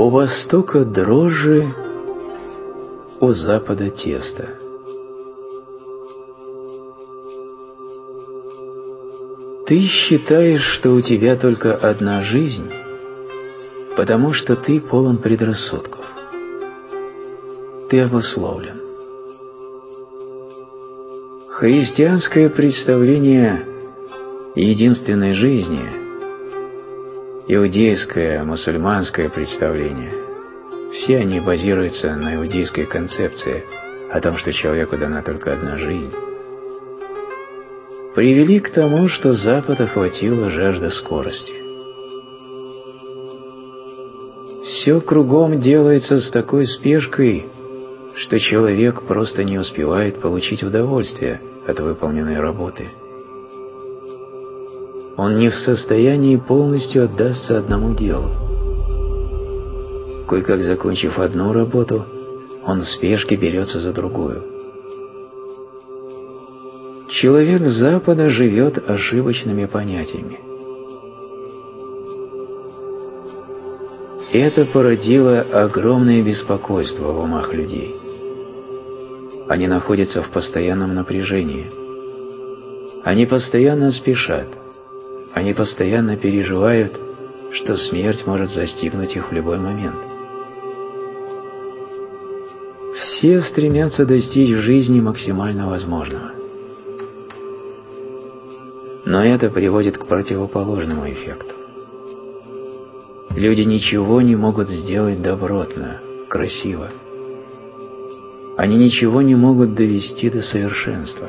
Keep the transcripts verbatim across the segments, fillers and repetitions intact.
У Востока дрожжи, у Запада тесто. Ты считаешь, что у тебя только одна жизнь, потому что ты полон предрассудков. Ты обусловлен. Христианское представление единственной жизни, иудейское, мусульманское представление, все они базируются на иудейской концепции о том, что человеку дана только одна жизнь, привели к тому, что Запад охватила жажда скорости. Все кругом делается с такой спешкой, что человек просто не успевает получить удовольствие от выполненной работы. Он не в состоянии полностью отдаться одному делу. Кое-как закончив одну работу, он в спешке берется за другую. Человек Запада живет ошибочными понятиями. Это породило огромное беспокойство в умах людей. Они находятся в постоянном напряжении. Они постоянно спешат. Они постоянно переживают, что смерть может застигнуть их в любой момент. Все стремятся достичь в жизни максимально возможного. Но это приводит к противоположному эффекту. Люди ничего не могут сделать добротно, красиво. Они ничего не могут довести до совершенства.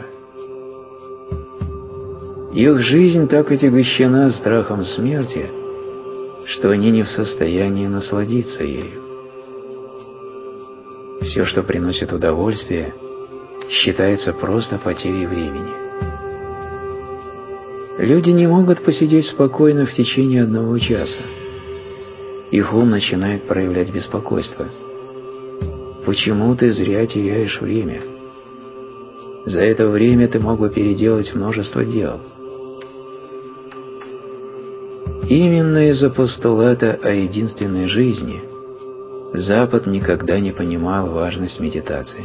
Их жизнь так отягощена страхом смерти, что они не в состоянии насладиться ею. Все, что приносит удовольствие, считается просто потерей времени. Люди не могут посидеть спокойно в течение одного часа. Их ум начинает проявлять беспокойство. Почему ты зря теряешь время? За это время ты мог бы переделать множество дел. Именно из-за постулата о единственной жизни Запад никогда не понимал важность медитации.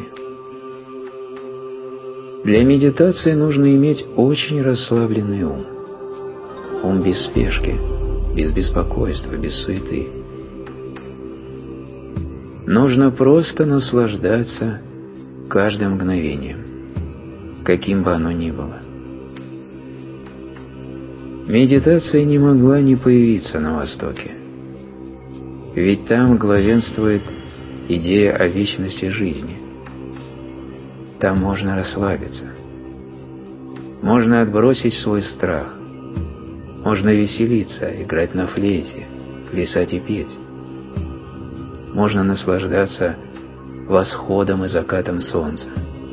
Для медитации нужно иметь очень расслабленный ум. Ум без спешки, без беспокойства, без суеты. Нужно просто наслаждаться каждым мгновением, каким бы оно ни было. Медитация не могла не появиться на Востоке, ведь там главенствует идея о вечности жизни. Там можно расслабиться, можно отбросить свой страх, можно веселиться, играть на флейте, плясать и петь. Можно наслаждаться восходом и закатом солнца.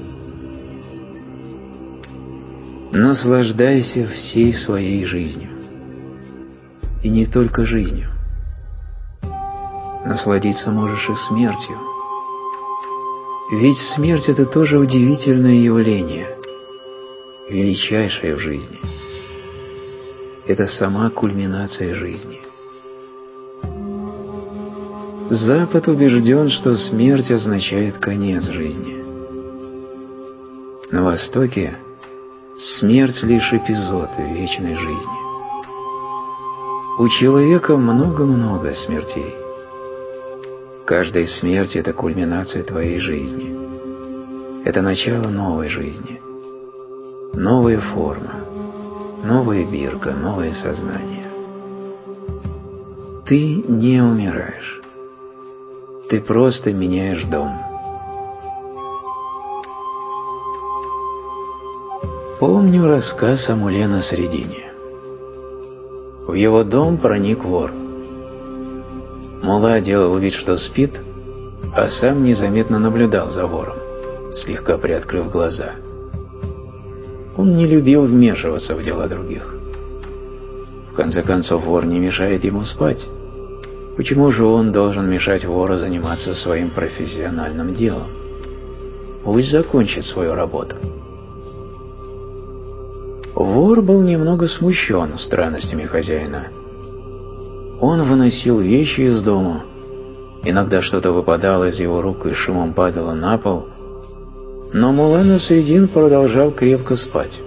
Наслаждайся всей своей жизнью. И не только жизнью. Насладиться можешь и смертью. Ведь смерть – это тоже удивительное явление, величайшее в жизни. Это сама кульминация жизни. Запад убежден, что смерть означает конец жизни. На Востоке смерть лишь эпизод вечной жизни. У человека много-много смертей. Каждая смерть – это кульминация твоей жизни. Это начало новой жизни. Новая форма, новая бирка, новое сознание. Ты не умираешь. Ты просто меняешь дом. Помню рассказ о Муле Насреддине. В его дом проник вор. Мулла делал вид, что спит, а сам незаметно наблюдал за вором, слегка приоткрыв глаза. Он не любил вмешиваться в дела других. В конце концов, вор не мешает ему спать. Почему же он должен мешать вору заниматься своим профессиональным делом? Пусть закончит свою работу. Вор был немного смущен странностями хозяина. Он выносил вещи из дома, Иногда что-то выпадало из его рук и шумом падало на пол, но мулла Насреддин продолжал крепко спать.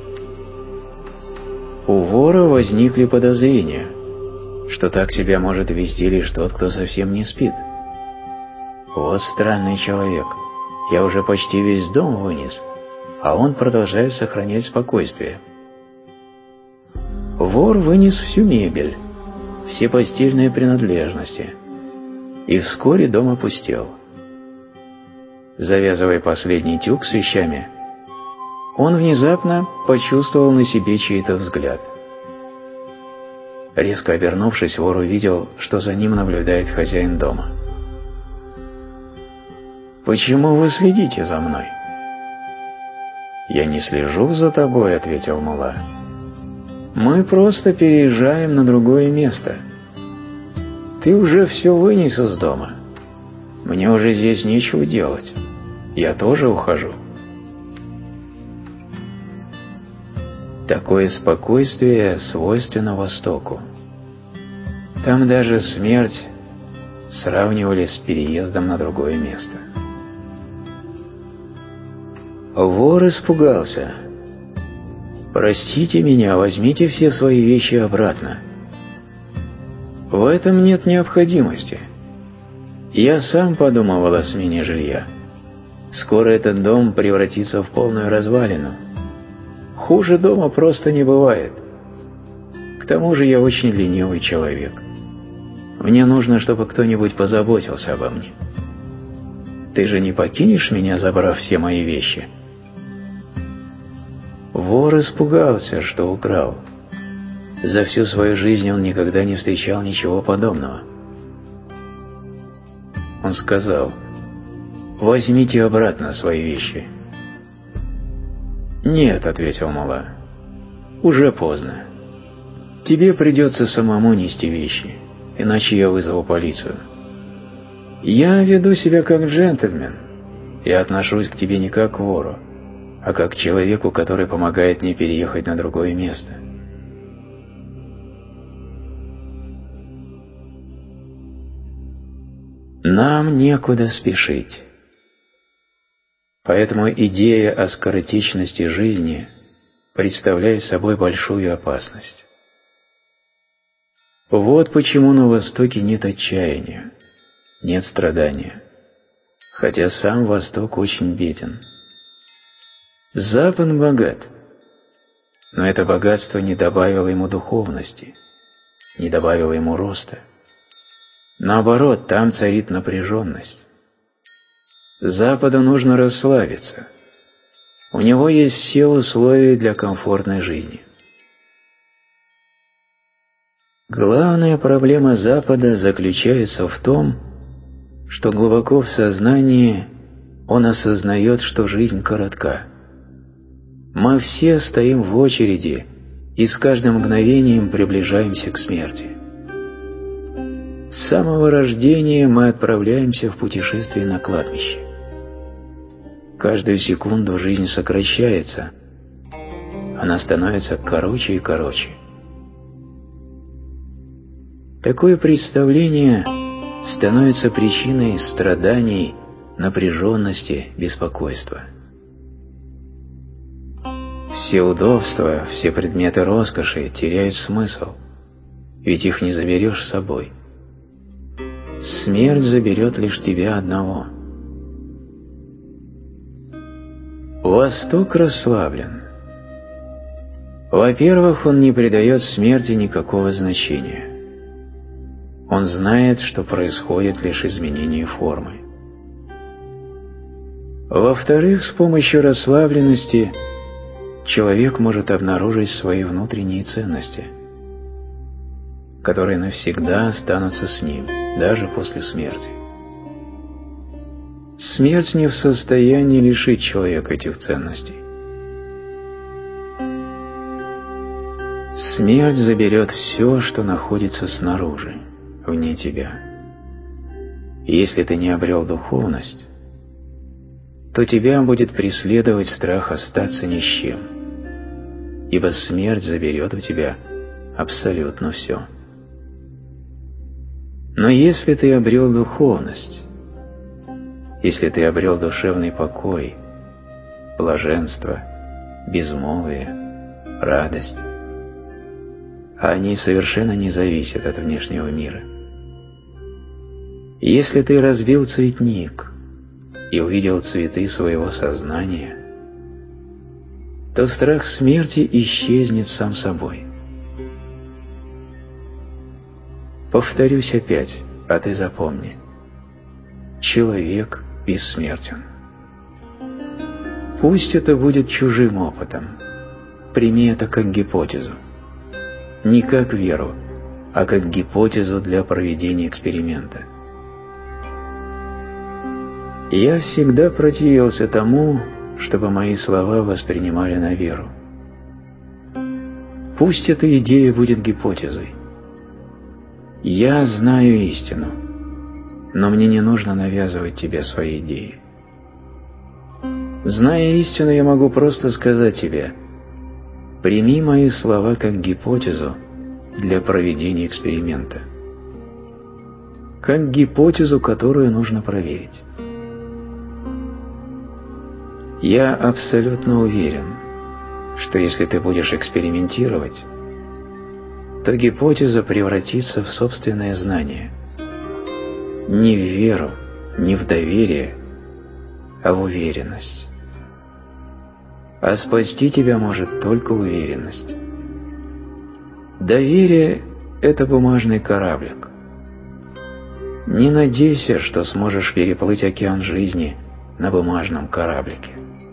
У вора возникли подозрения, что так себя может вести лишь тот, кто совсем не спит. Вот странный человек. Я уже почти весь дом вынес, а он продолжает сохранять спокойствие. Вор вынес всю мебель, все постельные принадлежности, и вскоре дом опустел. Завязывая последний тюк с вещами, он внезапно почувствовал на себе чей-то взгляд. Резко обернувшись, вор увидел, что за ним наблюдает хозяин дома. «Почему вы следите за мной?» «Я не слежу за тобой», — ответил мулла. «Мы просто переезжаем на другое место. Ты уже все вынес из дома. Мне уже здесь нечего делать. Я тоже ухожу». Такое спокойствие свойственно Востоку. Там даже смерть сравнивали с переездом на другое место. Вор испугался. «Простите меня, возьмите все свои вещи обратно». «В этом нет необходимости. Я сам подумывал о смене жилья. Скоро этот дом превратится в полную развалину. Хуже дома просто не бывает. К тому же я очень ленивый человек. Мне нужно, чтобы кто-нибудь позаботился обо мне. Ты же не покинешь меня, забрав все мои вещи?» Вор испугался, что украл. За всю свою жизнь он никогда не встречал ничего подобного. Он сказал: «Возьмите обратно свои вещи». «Нет», — ответил мулла, — «уже поздно. Тебе придется самому нести вещи, иначе я вызову полицию. Я веду себя как джентльмен. Я отношусь к тебе не как к вору, а как к человеку, который помогает мне переехать на другое место». Нам некуда спешить. Поэтому идея о скоротечности жизни представляет собой большую опасность. Вот почему на Востоке нет отчаяния, нет страдания, хотя сам Восток очень беден. Запад богат, но это богатство не добавило ему духовности, не добавило ему роста. Наоборот, там царит напряженность. Западу нужно расслабиться. У него есть все условия для комфортной жизни. Главная проблема Запада заключается в том, что глубоко в сознании он осознает, что жизнь коротка. Мы все стоим в очереди и с каждым мгновением приближаемся к смерти. С самого рождения мы отправляемся в путешествие на кладбище. Каждую секунду жизнь сокращается, она становится короче и короче. Такое представление становится причиной страданий, напряженности, беспокойства. Все удобства, все предметы роскоши теряют смысл, ведь их не заберешь с собой. Смерть заберет лишь тебя одного. Восток расслаблен. Во-первых, он не придает смерти никакого значения. Он знает, что происходит лишь изменение формы. Во-вторых, с помощью расслабленности человек может обнаружить свои внутренние ценности, которые навсегда останутся с ним, даже после смерти. Смерть не в состоянии лишить человека этих ценностей. Смерть заберет все, что находится снаружи, вне тебя. И если ты не обрел духовность, то тебя будет преследовать страх остаться ни с чем, ибо смерть заберет у тебя абсолютно все. Но если ты обрел духовность, если ты обрел душевный покой, блаженство, безмолвие, радость, а они совершенно не зависят от внешнего мира. Если ты разбил цветник и увидел цветы своего сознания, то страх смерти исчезнет сам собой. Повторюсь опять, а ты запомни. Человек бессмертен. Пусть это будет чужим опытом. Прими это как гипотезу. Не как веру, а как гипотезу для проведения эксперимента. Я всегда противился тому, чтобы мои слова воспринимали на веру. Пусть эта идея будет гипотезой. Я знаю истину, но мне не нужно навязывать тебе свои идеи. Зная истину, я могу просто сказать тебе: прими мои слова как гипотезу для проведения эксперимента. Как гипотезу, которую нужно проверить. Я абсолютно уверен, что если ты будешь экспериментировать, то гипотеза превратится в собственное знание. Не в веру, не в доверие, а в уверенность. А спасти тебя может только уверенность. Доверие – это бумажный кораблик. Не надейся, что сможешь переплыть океан жизни на бумажном кораблике.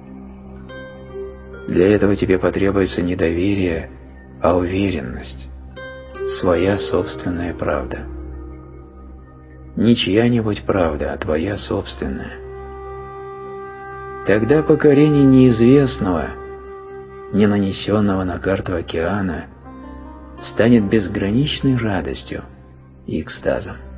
Для этого тебе потребуется не доверие, а уверенность, своя собственная правда. Не чья-нибудь правда, а твоя собственная. Тогда покорение неизвестного, не нанесенного на карту океана, станет безграничной радостью и экстазом.